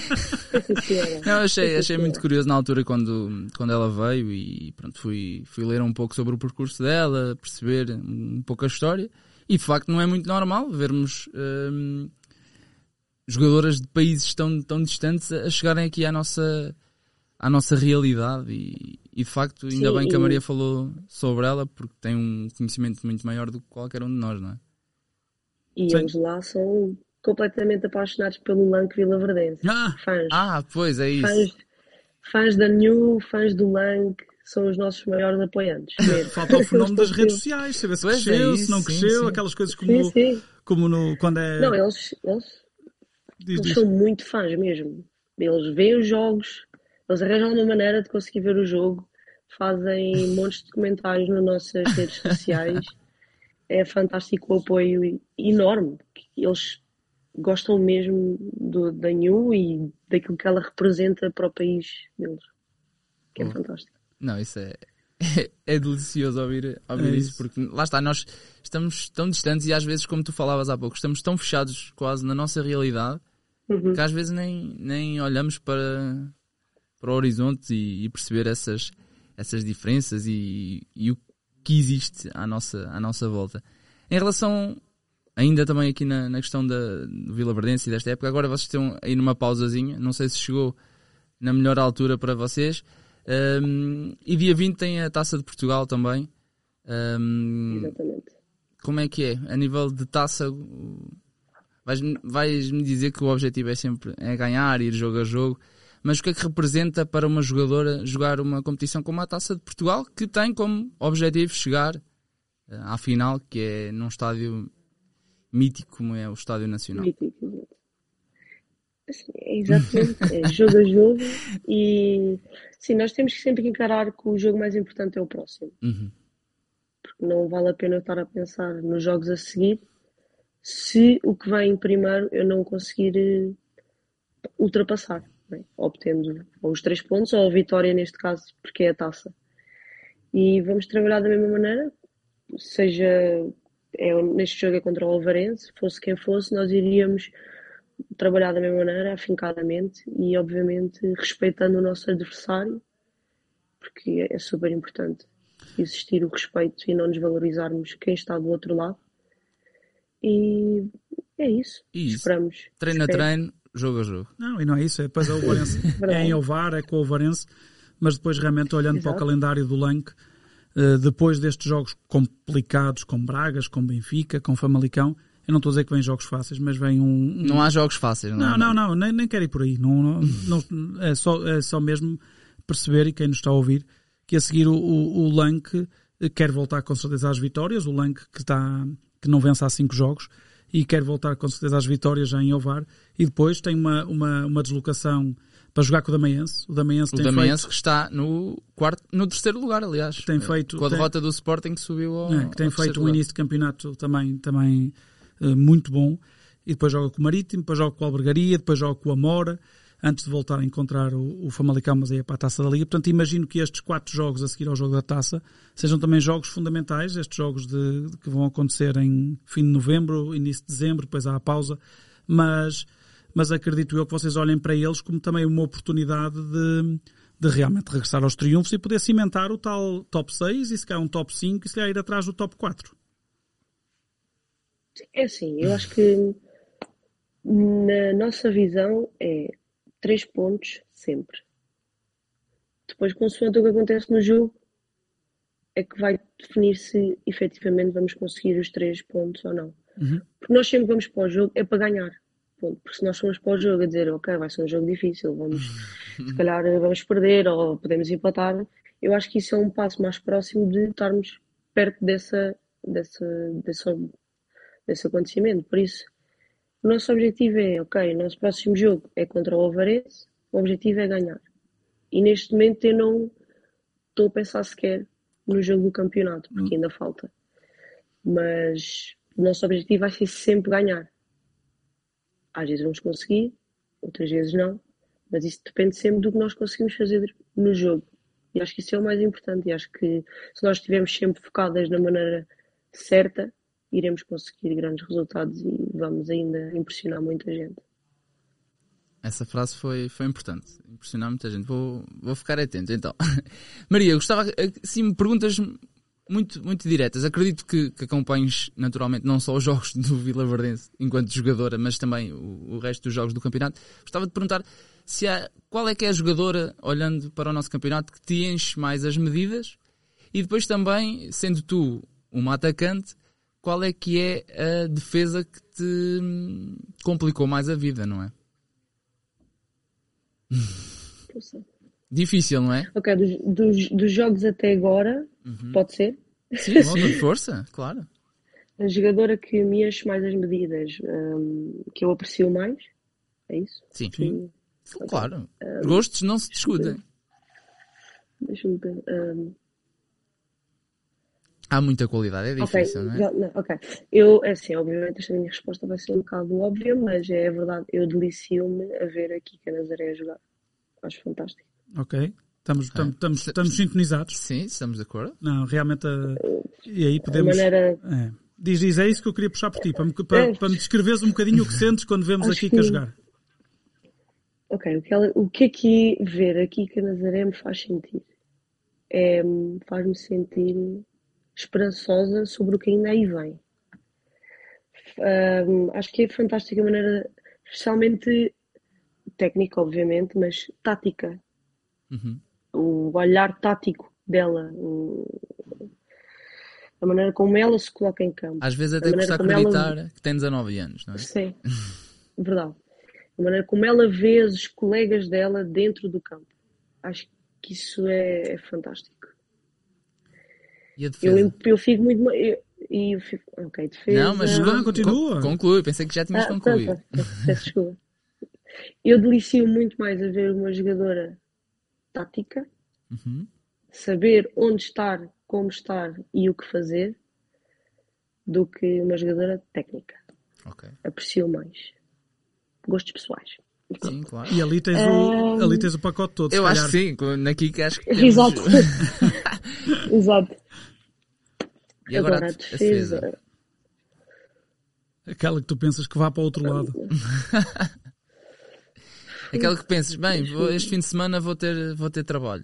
Não, achei, achei muito curioso na altura quando, quando ela veio e pronto, fui, fui ler um pouco sobre o percurso dela, perceber um pouco a história e de facto não é muito normal vermos hum, jogadoras de países tão, tão distantes a chegarem aqui à nossa, à nossa realidade e, e de facto ainda Sim, bem que a Maria falou sobre ela porque tem um conhecimento muito maior do que qualquer um de nós, não é? E Sim. eles lá são completamente apaixonados pelo Lanque Vilaverdense. Ah, fãs. Ah, pois é isso. Fãs, fãs da Nhu, fãs do Lanque, são os nossos maiores apoiantes. Falta o fenómeno das redes sociais, saber se pois cresceu, é isso, se não cresceu, sim, sim. aquelas coisas como, sim, sim. como no, quando é... Não, eles, eles, diz, eles diz. são muito fãs mesmo. Eles veem os jogos, eles arranjam uma maneira de conseguir ver o jogo, fazem montes de comentários nas nossas redes sociais. É fantástico o apoio enorme. Eles gostam mesmo do, da Nhu e daquilo que ela representa para o país deles. Que é oh. fantástico. Não, isso é, é, é delicioso ouvir, ouvir é isso. isso, porque lá está, nós estamos tão distantes e às vezes, como tu falavas há pouco, estamos tão fechados quase na nossa realidade uhum. que às vezes nem, nem olhamos para, para o horizonte e, e perceber essas, essas diferenças e, e o que existe à nossa, à nossa volta. Em relação, ainda também aqui na, na questão da, do Vilaverdense e desta época, agora vocês estão aí numa pausazinha, não sei se chegou na melhor altura para vocês. Um, e dia vinte tem a Taça de Portugal também. Um, Exatamente. como é que é? A nível de taça, vais-me, vais-me dizer que o objetivo é sempre é ganhar, ir jogo a jogo, mas o que é que representa para uma jogadora jogar uma competição como a Taça de Portugal, que tem como objetivo chegar à final, que é num estádio mítico como é o Estádio Nacional? Mítico, assim, é exatamente, é jogo a jogo e sim, nós temos que sempre encarar que o jogo mais importante é o próximo. Uhum. Porque não vale a pena eu estar a pensar nos jogos a seguir se o que vem primeiro eu não conseguir ultrapassar, né? Obtendo ou os três pontos ou a vitória neste caso, porque é a taça. E vamos trabalhar da mesma maneira, seja é, neste jogo é contra o Alvarense, fosse quem fosse, nós iríamos trabalhar da mesma maneira, afincadamente e obviamente respeitando o nosso adversário, porque é super importante existir o respeito e não desvalorizarmos quem está do outro lado. E é isso. isso. Esperamos. Treino Espero. a treino, jogo a jogo. Não, e não é isso. É, depois é o Varense. É em Ovar, é com o Varense, mas depois realmente olhando Exato. Para o calendário do Lanque, uh, depois destes jogos complicados com Bragas, com Benfica, com Famalicão, eu não estou a dizer que vêm jogos fáceis, mas vem um... um... Não há jogos fáceis, não Não, não, não, nem, nem quero ir por aí. Não, não, não, é, só, é só mesmo perceber, e quem nos está a ouvir, que a seguir o, o, o Lanque quer voltar com certeza às vitórias, o Lanque que, está, que não vence há cinco jogos, e quer voltar com certeza às vitórias já em Ovar, e depois tem uma, uma, uma deslocação para jogar com o Damaense. O Damaense, o tem Damaense feito, que está no, quarto, no terceiro lugar, aliás. Tem feito, com a tem, derrota do Sporting que subiu ao é, que tem ao feito um lugar. início de campeonato também, também uh, muito bom, e depois joga com o Marítimo, depois joga com o Albergaria, depois joga com o Amora, antes de voltar a encontrar o, o Famalicão, mas aí é para a Taça da Liga. Portanto, imagino que estes quatro jogos a seguir ao jogo da Taça sejam também jogos fundamentais, estes jogos de, de que vão acontecer em fim de novembro, início de dezembro, depois há a pausa, mas, mas acredito eu que vocês olhem para eles como também uma oportunidade de, de realmente regressar aos triunfos e poder cimentar o tal top seis e se calhar um top cinco e se calhar ir atrás do top quatro. É assim, eu acho que na nossa visão é três pontos sempre. Depois, consoante o que acontece no jogo, é que vai definir se efetivamente vamos conseguir os três pontos ou não. Uhum. Porque nós sempre vamos para o jogo é para ganhar. Ponto. Porque se nós formos para o jogo a dizer, ok, vai ser um jogo difícil, vamos, se calhar vamos perder ou podemos empatar, eu acho que isso é um passo mais próximo de estarmos perto dessa, dessa, dessa, desse acontecimento. Por isso, o nosso objetivo é, ok, o nosso próximo jogo é contra o Alvarense, o objetivo é ganhar. E neste momento eu não estou a pensar sequer no jogo do campeonato, porque ainda falta. Mas o nosso objetivo vai ser sempre ganhar. Às vezes vamos conseguir, outras vezes não, mas isso depende sempre do que nós conseguimos fazer no jogo. E acho que isso é o mais importante. E acho que se nós estivermos sempre focadas na maneira certa, iremos conseguir grandes resultados e vamos ainda impressionar muita gente. Essa frase foi, foi importante, impressionar muita gente. Vou, vou ficar atento então. Maria, eu gostava, assim, me perguntas muito, muito diretas. Acredito que, que acompanhes naturalmente não só os jogos do Vilaverdense enquanto jogadora, mas também o, o resto dos jogos do campeonato. Gostava de perguntar se há, qual é que é a jogadora, olhando para o nosso campeonato, que te enche mais as medidas, e depois também, sendo tu uma atacante, qual é que é a defesa que te complicou mais a vida, não é? Difícil, não é? Ok, dos, dos, dos jogos até agora, uhum. Pode ser? Sim, sim, força, claro. A jogadora que me enche mais as medidas, um, que eu aprecio mais, é isso? Sim, sim. Okay. Claro. Um, Gostos não se discutem. Deixa-me ver. Um... Há muita qualidade, é difícil, okay, não é? Já, não, ok. Eu, é assim, obviamente esta minha resposta vai ser um bocado óbvia, mas é verdade, eu delicio-me a ver a Kika Nazaré a jogar. Acho fantástico. Ok. Estamos, estamos, estamos, estamos sintonizados. Sim, estamos de acordo. Não, realmente, uh, e aí podemos... Maneira... É. Diz, diz, é isso que eu queria puxar por ti, para me, para, é. para me descreveres um bocadinho o que sentes quando vemos Acho a Kika que... jogar. Ok, o que, ela, o que é que ver a Kika Nazaré me faz sentir? É, faz-me sentir esperançosa sobre o que ainda aí vem. Um, acho que é fantástica a maneira, especialmente técnica, obviamente, mas tática. Uhum. O olhar tático dela, o, A maneira como ela se coloca em campo. Às vezes até custa acreditar ela... que tem dezanove anos, não é? Sim, verdade. A maneira como ela vê os colegas dela dentro do campo. Acho que isso é, é fantástico. E a defesa? Eu, eu fico muito... Eu, eu fico, ok, defesa... Não, mas não, continua. Conclui, pensei que já tinhas ah, concluído. Tá, tá, peço desculpa. Eu delicio muito mais a ver uma jogadora tática, uhum. saber onde estar, como estar e o que fazer, do que uma jogadora técnica. Okay. Aprecio mais. Gostos pessoais. Sim, claro. E ali tens, um... o, ali tens o pacote todo. Eu acho calhar. que sim, na Kika acho que temos... Exato. Exato. E agora, agora a defesa? defesa? Aquela que tu pensas que vá para o outro lado. Aquela que pensas, bem, vou, este fim de semana vou ter, vou ter trabalho.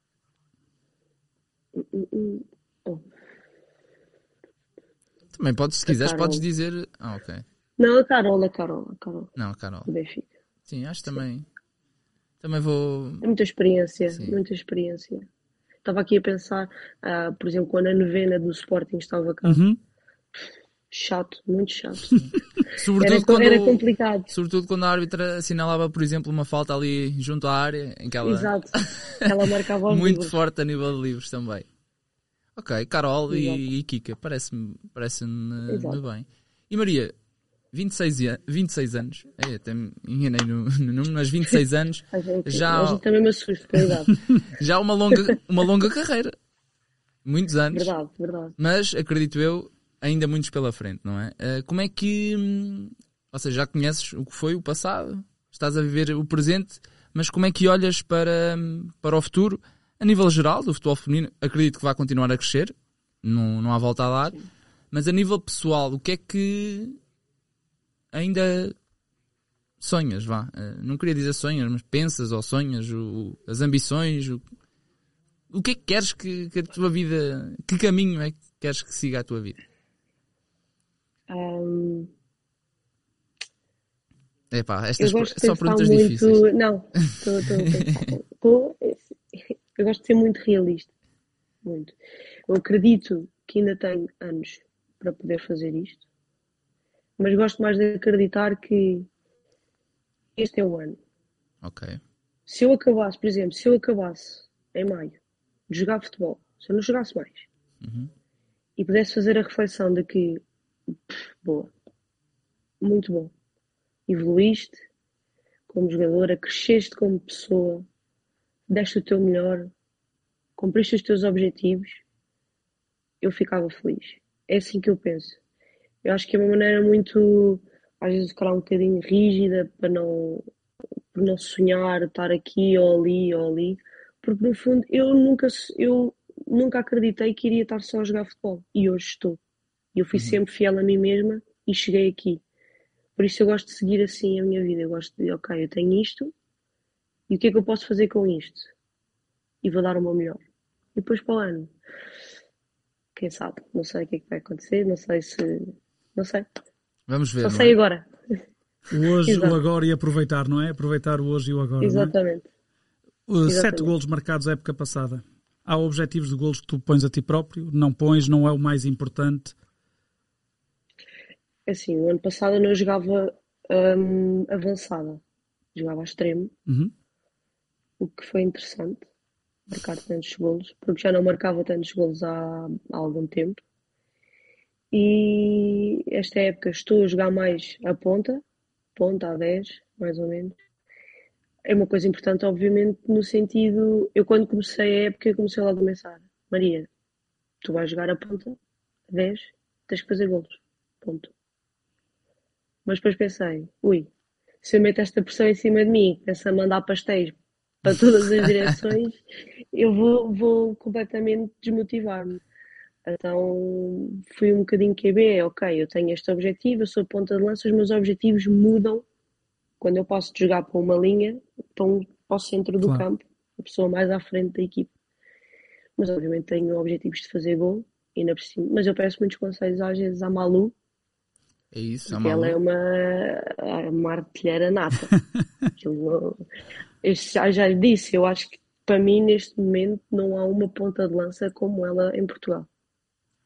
Também podes, se quiseres, podes dizer... Ah, ok. Não, a Carol, a Carol, a Carol. Não, a Carol. O Benfica. Sim, acho que também... Também vou... É muita experiência, Sim. muita experiência. Estava aqui a pensar, uh, por exemplo, quando a novena do Sporting estava cá. Uhum. Chato, muito chato. sobretudo era, quando, era complicado. Sobretudo quando a árbitra assinalava, por exemplo, uma falta ali junto à área, em que ela... Exato. Ela marcava os muito livros. forte a nível de livros também. Ok, Carol e, e Kika, parece-me parece-me bem. E Maria, vinte e seis, vinte e seis anos, é, até me enganei no, no número, mas vinte e seis anos, a gente, já... A gente também me assusta, verdade. já uma longa, uma longa carreira. Muitos anos. Verdade, verdade. Mas, acredito eu, ainda muitos pela frente, não é? Uh, como é que... Hum, ou seja, já conheces o que foi o passado, estás a viver o presente, mas como é que olhas para, para o futuro? A nível geral do futebol feminino, acredito que vai continuar a crescer, não, não há volta a dar, sim. Mas a nível pessoal, o que é que ainda sonhas, vá? Uh, não queria dizer sonhas, mas pensas ou sonhas, o, as ambições, o, o que é que queres que, que a tua vida, que caminho é que queres que siga a tua vida? Um... Epá, estas eu são perguntas muito... difíceis. Não, estou a pensar. Eu gosto de ser muito realista. Muito. Eu acredito que ainda tenho anos para poder fazer isto, mas gosto mais de acreditar que este é o ano. Ok. Se eu acabasse, por exemplo, se eu acabasse em maio de jogar futebol, se eu não jogasse mais, uhum. e pudesse fazer a reflexão de que, pff, boa, muito bom, evoluíste como jogadora, cresceste como pessoa, deste o teu melhor, cumpriste os teus objetivos, eu ficava feliz. É assim que eu penso. Eu acho que é uma maneira muito, às vezes, um bocadinho rígida para não, para não sonhar, estar aqui ou ali ou ali, porque no fundo eu nunca, eu nunca acreditei que iria estar só a jogar futebol, e hoje estou. Eu fui uhum. sempre fiel a mim mesma e cheguei aqui. Por isso eu gosto de seguir assim a minha vida. Eu gosto de, ok, eu tenho isto, e o que é que eu posso fazer com isto? E vou dar o meu melhor. E depois para o ano, quem sabe? Não sei o que é que vai acontecer, não sei se... Não sei. Vamos ver. Só sei é? agora. O hoje, Exato. O agora e aproveitar, não é? Aproveitar o hoje e o agora. Exatamente. Não é? Exatamente. Sete golos marcados a época passada. Há objetivos de golos que tu pões a ti próprio? Não pões, não é o mais importante? Assim, o ano passado eu não jogava hum, avançada. Jogava a extremo. Uhum. O que foi interessante. Marcar tantos golos. Porque já não marcava tantos golos há, há algum tempo. E esta época estou a jogar mais a ponta. Ponta a dez, mais ou menos. É uma coisa importante, obviamente, no sentido... Eu, quando comecei a época, eu comecei logo a pensar. Maria, tu vais jogar a ponta, a dez, tens que fazer golos. Ponto. Mas depois pensei, ui, se eu meto esta pressão em cima de mim, penso a mandar pastéis para todas as direções, eu vou, vou completamente desmotivar-me. Então fui um bocadinho Q B, ok, eu tenho este objetivo, eu sou ponta de lança, os meus objetivos mudam quando eu passo de jogar para uma linha, para, um, para o centro do claro. campo, a pessoa mais à frente da equipe. Mas obviamente tenho objetivos de fazer gol, e não preciso, mas eu peço muitos conselhos às vezes à Malu. É isso, porque ela é uma, uma artilheira nata. eu, eu já, já lhe disse, eu acho que para mim neste momento não há uma ponta de lança como ela em Portugal.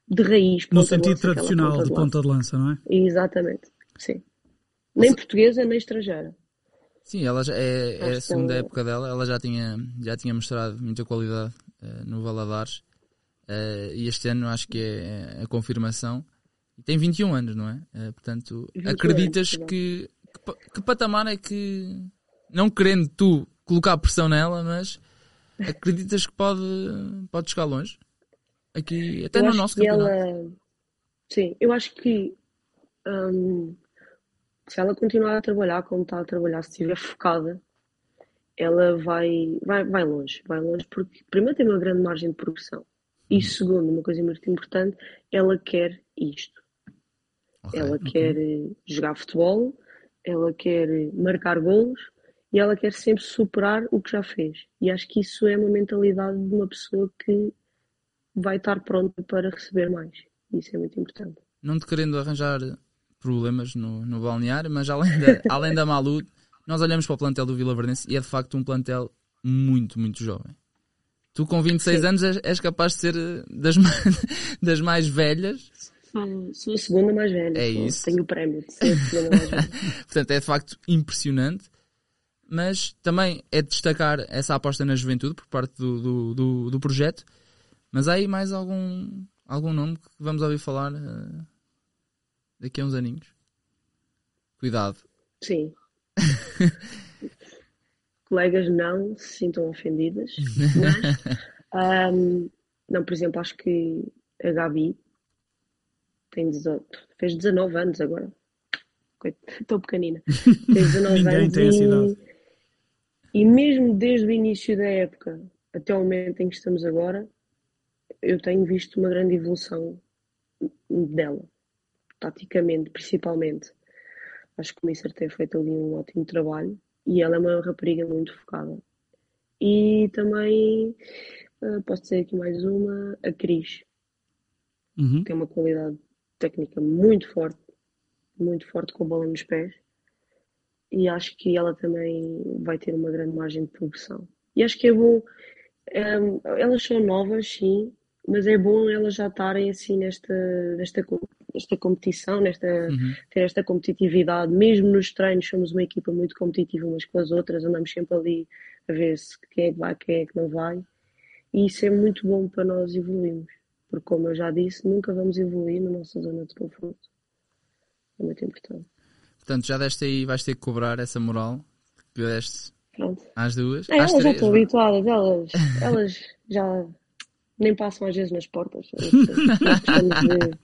de raiz. No sentido tradicional de ponta de lança, não é? Exatamente, sim. Nem Você... portuguesa, nem estrangeira. Sim, ela já é, é a segunda que... época dela, ela já tinha, já tinha mostrado muita qualidade uh, no Valadares, uh, e este ano acho que é a confirmação. E tem vinte e um anos, não é? Uh, portanto, acreditas anos, que, que, que patamar é que, não querendo tu colocar pressão nela, mas acreditas que pode, pode chegar longe? Aqui, até eu no nosso campeonato. Ela... Sim, eu acho que hum, se ela continuar a trabalhar como está a trabalhar, se estiver focada, ela vai, vai, vai longe. Vai longe porque, primeiro, tem uma grande margem de progressão. E, segundo, uma coisa muito importante, ela quer isto. Okay, ela okay. quer jogar futebol, ela quer marcar golos e ela quer sempre superar o que já fez. E acho que isso é uma mentalidade de uma pessoa que vai estar pronta para receber mais. Isso é muito importante. Não te querendo arranjar problemas no, no balneário, mas além da, além da Malu, nós olhamos para o plantel do Vilaverdense e é de facto um plantel muito, muito jovem. Tu com vinte e seis Sim. anos és, és capaz de ser das, das mais velhas. Sou a segunda mais velha. É isso. Tenho o prémio de ser a segunda mais velha. Portanto, é de facto impressionante. Mas também é de destacar essa aposta na juventude por parte do, do, do, do projeto. Mas há aí mais algum, algum nome que vamos ouvir falar uh, daqui a uns aninhos? Cuidado. Sim. Colegas não se sintam ofendidas. Mas, um, não, por exemplo, acho que a Gabi tem dezoito, fez dezanove anos agora. Estou pequenina. Fez dezanove Ninguém anos tem e, essa idade. E mesmo desde o início da época até o momento em que estamos agora, eu tenho visto uma grande evolução dela, taticamente, principalmente. Acho que o Mister tem feito ali um ótimo trabalho e ela é uma rapariga muito focada. E também, uh, posso dizer aqui mais uma, a Cris. Uhum. Tem uma qualidade técnica muito forte, muito forte com a bola nos pés. E acho que ela também vai ter uma grande margem de progressão. E acho que é bom, um, elas são novas, sim, mas é bom elas já estarem assim nesta, nesta, nesta competição, nesta, uhum. ter esta competitividade. Mesmo nos treinos somos uma equipa muito competitiva umas com as outras, andamos sempre ali a ver se quem é que vai, quem é que não vai. E isso é muito bom para nós evoluirmos. Porque, como eu já disse, nunca vamos evoluir na nossa zona de conforto. É muito importante. Portanto, já deste aí, vais ter que cobrar essa moral que deste Pronto. às duas. É, às elas três, já estão habituadas, elas, elas já nem passam às vezes nas portas. Nós gostamos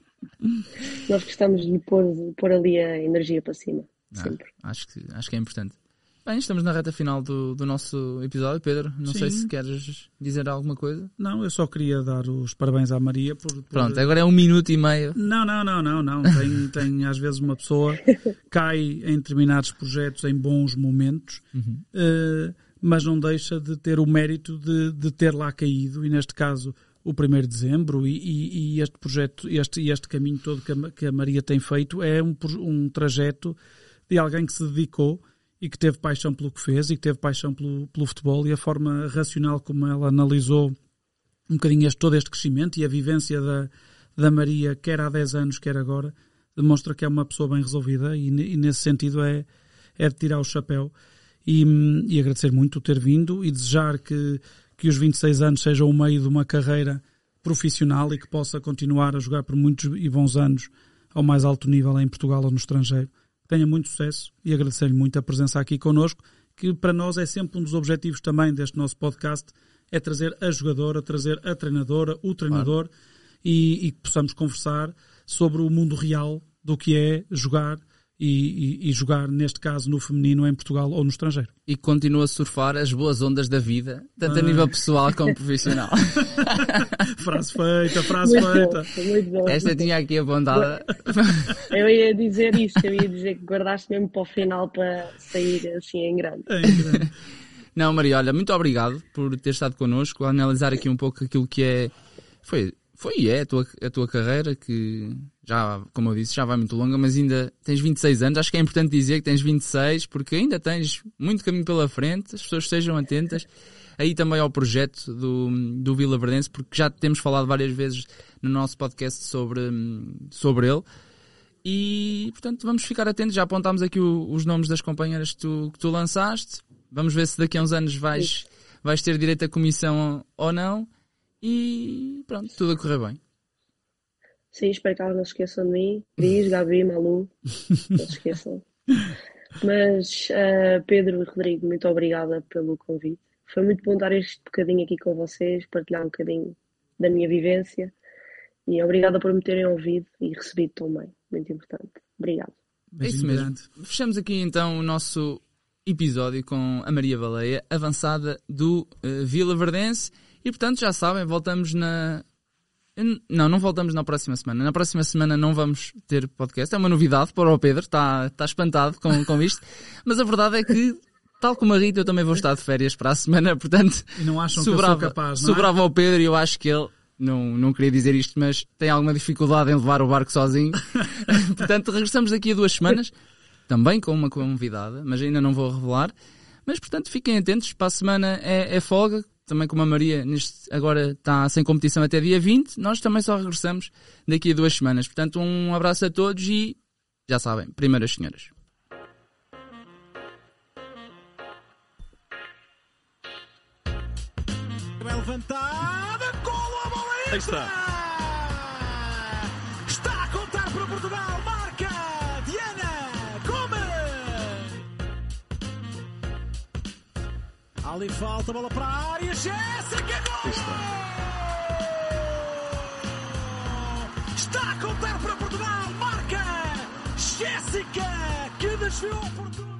de, nós gostamos de pôr, de pôr ali a energia para cima. Ah, sempre. Acho que, acho que é importante. Bem, estamos na reta final do, do nosso episódio, Pedro. Não Sim. sei se queres dizer alguma coisa. Não, eu só queria dar os parabéns à Maria por... por... Pronto, agora é um minuto e meio. Não, não, não, não, não. Tem, tem às vezes uma pessoa cai em determinados projetos em bons momentos, uhum. uh, mas não deixa de ter o mérito de, de ter lá caído, e neste caso o primeiro de dezembro, e, e, e este projeto, este, este caminho todo que a, que a Maria tem feito é um, um trajeto de alguém que se dedicou e que teve paixão pelo que fez e que teve paixão pelo, pelo futebol, e a forma racional como ela analisou um bocadinho este, todo este crescimento e a vivência da, da Maria, quer há dez anos, quer agora, demonstra que é uma pessoa bem resolvida, e, e nesse sentido é, é de tirar o chapéu e, e agradecer muito ter vindo e desejar que, que os vinte e seis anos sejam o meio de uma carreira profissional e que possa continuar a jogar por muitos e bons anos ao mais alto nível em Portugal ou no estrangeiro. Tenha muito sucesso e agradecer-lhe muito a presença aqui connosco, que para nós é sempre um dos objetivos também deste nosso podcast, é trazer a jogadora, trazer a treinadora, o treinador, claro. e, e que possamos conversar sobre o mundo real do que é jogar e, e, e jogar, neste caso, no feminino em Portugal ou no estrangeiro. E continua a surfar as boas ondas da vida, tanto ah. a nível pessoal como profissional. Frase feita, frase muito feita. Bom, muito bom. Esta tinha aqui apontada. Eu ia dizer isto, eu ia dizer que guardaste mesmo para o final para sair assim em grande. É em grande. Não, Maria, olha, muito obrigado por ter estado connosco, a analisar aqui um pouco aquilo que é... Foi... foi e é a tua, a tua carreira, que já, como eu disse, já vai muito longa, mas ainda tens vinte e seis anos. Acho que é importante dizer que tens vinte e seis, porque ainda tens muito caminho pela frente, as pessoas estejam atentas. Aí também ao projeto do, do Vilaverdense, porque já temos falado várias vezes no nosso podcast sobre, sobre ele. E, portanto, vamos ficar atentos. Já apontámos aqui o, os nomes das companheiras que tu, que tu lançaste. Vamos ver se daqui a uns anos vais, vais ter direito à comissão ou não. E pronto, tudo a correr bem. Sim, espero que elas não se esqueçam de mim. Cris, Gabi, Malu, não se esqueçam. Mas, uh, Pedro e Rodrigo, muito obrigada pelo convite. Foi muito bom estar este bocadinho aqui com vocês, partilhar um bocadinho da minha vivência. E obrigada por me terem ouvido e recebido tão bem. Muito importante. Obrigado. É isso mesmo. Fechamos aqui então o nosso episódio com a Maria Baleia, avançada do uh, Vilaverdense. E portanto, já sabem, voltamos na... Não, não voltamos na próxima semana. Na próxima semana não vamos ter podcast. É uma novidade para o Pedro. Está, está espantado com, com isto. Mas a verdade é que, tal como a Rita, eu também vou estar de férias para a semana. Portanto, e não acham sobrava, que eu sou capaz, não é? Sobrava ao Pedro e eu acho que ele... Não, não queria dizer isto, mas tem alguma dificuldade em levar o barco sozinho. Portanto, regressamos daqui a duas semanas, também com uma convidada, mas ainda não vou revelar. Mas, portanto, fiquem atentos, para a semana é, é folga, também como a Maria neste, agora está sem competição até dia vinte, nós também só regressamos daqui a duas semanas. Portanto, um abraço a todos e, já sabem, primeiras senhoras. Bem levantada, golo a bola entra! Está. Está a contar para Portugal, marca Diana Gomes! Ali falta, bola para a área, Jéssica, gol! Está. Está a contar para Portugal, marca Jéssica, que desviou Portugal!